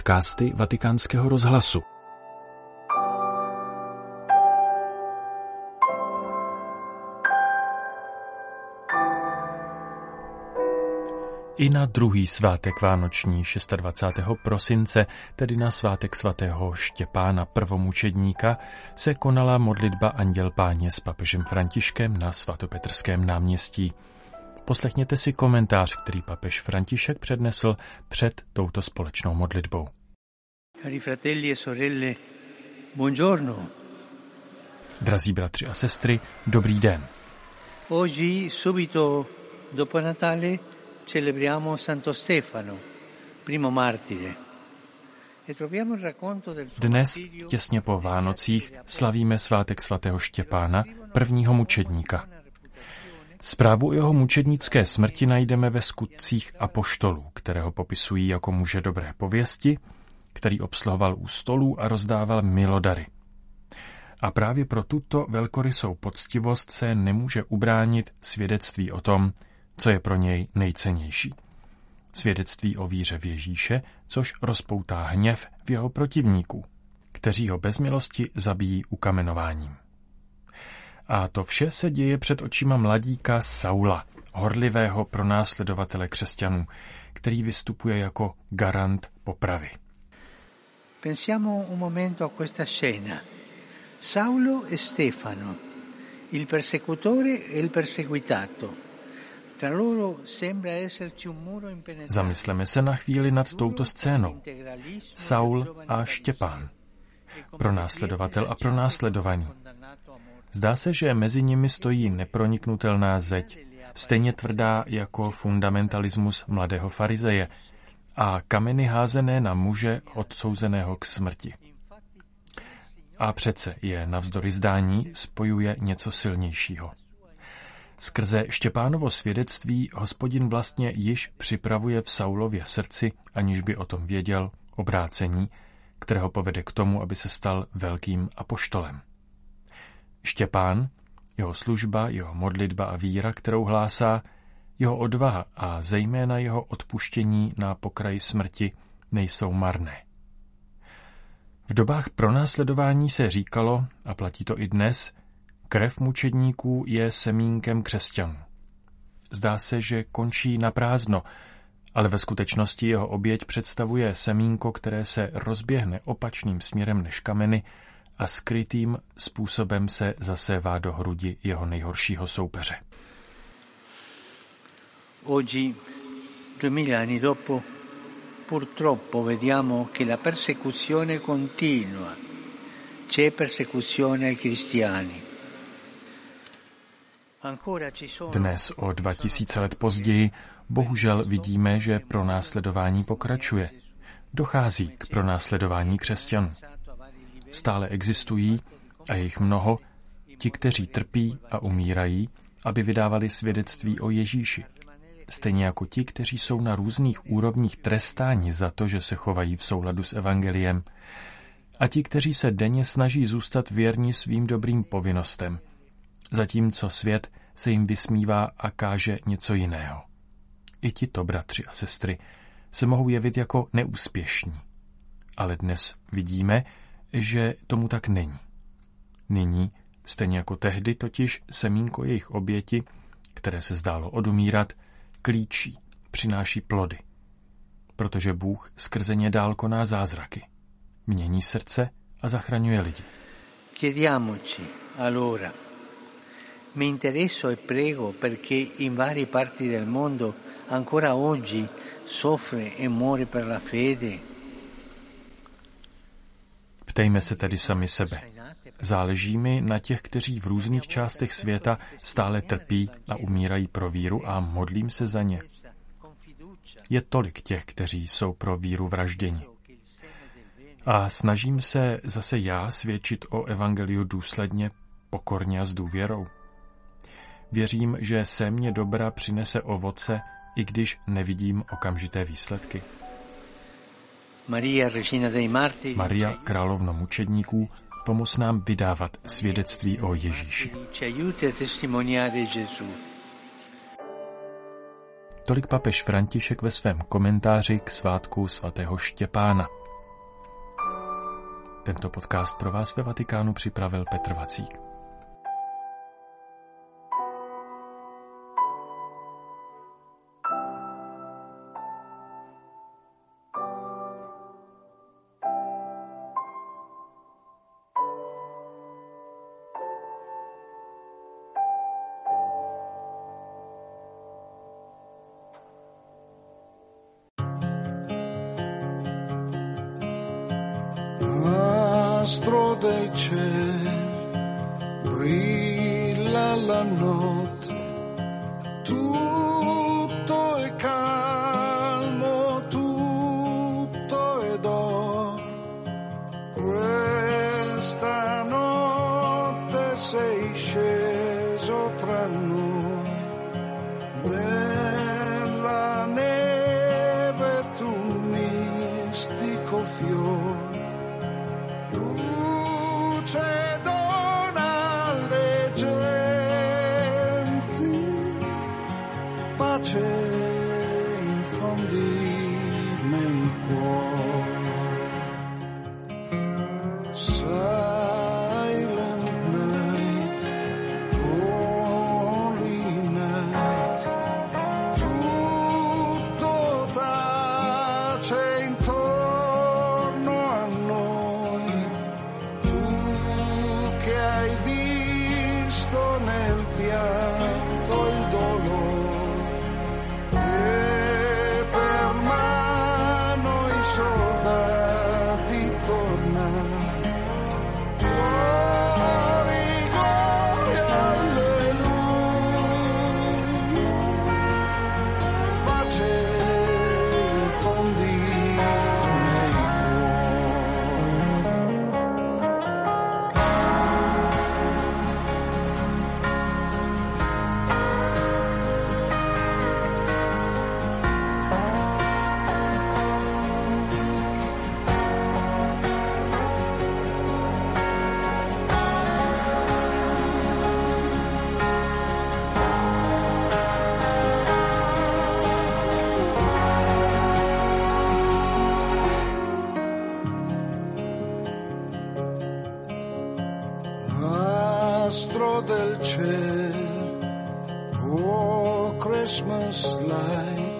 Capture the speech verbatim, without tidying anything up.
podcasty Vatikánského rozhlasu. I na druhý svátek vánoční dvacátého šestého prosince, tedy na svátek svatého Štěpána prvomučedníka, se konala modlitba Anděl Páně s papežem Františkem na svatopetrském náměstí. Poslechněte si komentář, který papež František přednesl před touto společnou modlitbou. Cari fratelli e sorelle, buongiorno. Drazí bratři a sestry, dobrý den. Oggi, subito dopo Natale, celebriamo Santo Stefano, primo martire. Dnes, těsně po Vánocích, slavíme svátek svatého Štěpána, prvního mučedníka. Zprávu o jeho mučednické smrti najdeme ve skutcích apoštolů, které ho popisují jako muže dobré pověsti, který obsluhoval u stolů a rozdával milodary. A právě pro tuto velkorysou poctivost se nemůže ubránit svědectví o tom, co je pro něj nejcennější. Svědectví o víře v Ježíše, což rozpoutá hněv v jeho protivníků, kteří ho bez milosti zabijí ukamenováním. A to vše se děje před očima mladíka Saula, horlivého pronásledovatele křesťanů, který vystupuje jako garant popravy. Pensiamo un momento a questa scena. Saulo e Stefano, il persecutore e il perseguitato. Zamysleme se na chvíli nad touto scénou. Saul a Štěpán, pronásledovatel a pronásledovaný. Zdá se, že mezi nimi stojí neproniknutelná zeď, stejně tvrdá jako fundamentalismus mladého farizeje a kameny házené na muže odsouzeného k smrti. A přece je navzdory zdání spojuje něco silnějšího. Skrze Štěpánovo svědectví Hospodin vlastně již připravuje v Saulově srdci, aniž by o tom věděl, obrácení, které ho povede k tomu, aby se stal velkým apoštolem. Štěpán, jeho služba, jeho modlitba a víra, kterou hlásá, jeho odvaha a zejména jeho odpuštění na pokraji smrti nejsou marné. V dobách pronásledování se říkalo, a platí to i dnes, krev mučedníků je semínkem křesťanů. Zdá se, že končí na prázdno, ale ve skutečnosti jeho oběť představuje semínko, které se rozběhne opačným směrem než kameny a skrytým způsobem se zasévá do hrudi jeho nejhoršího soupeře. Oggi, duemila anni dopo, purtroppo vediamo che la persecuzione continua. C'è persecuzione ai cristiani. Dnes, o dva tisíce let později, bohužel vidíme, že pronásledování pokračuje. Dochází k pronásledování křesťanů. Stále existují, a je jich mnoho, ti, kteří trpí a umírají, aby vydávali svědectví o Ježíši. Stejně jako ti, kteří jsou na různých úrovních trestáni za to, že se chovají v souladu s evangeliem. A ti, kteří se denně snaží zůstat věrni svým dobrým povinnostem, zatímco svět se jim vysmívá a káže něco jiného. I tito bratři a sestry se mohou jevit jako neúspěšní. Ale dnes vidíme, že tomu tak není. Nyní, stejně jako tehdy, totiž semínko jejich oběti, které se zdálo odumírat, klíčí, přináší plody. Protože Bůh skrze ně dál koná zázraky. Mění srdce a zachraňuje lidi. Chiediamoci, allora, mi interesso e prego perché in varie parti del mondo ancora oggi soffre e muore per la fede. Ptejme se tedy sami sebe. Záleží mi na těch, kteří v různých částech světa stále trpí a umírají pro víru a modlím se za ně. Je tolik těch, kteří jsou pro víru vražděni. A snažím se zase já svědčit o evangeliu důsledně, pokorně a s důvěrou. Věřím, že sémě dobra přinese ovoce, i když nevidím okamžité výsledky. Maria, královna mučedníků, pomoz nám vydávat svědectví o Ježíši. Tolik papež František ve svém komentáři k svátku svatého Štěpána. Tento podcast pro vás ve Vatikánu připravil Petr Vacík. Astro del cielo, brilla la notte, tutto è calmo, tutto è d'oro. Questa notte sei sceso tra noi, nella neve tu mistico fiore. Luce dona alle genti, pace infondi nei cuori. Silent night, holy night, tutto tace intorno a noi. Che hai visto nel pianto il dolore e per mano i soldati tornano. Gloria, gloria, alleluia, pace infondi nei Astro del cielo, oh Christmas light,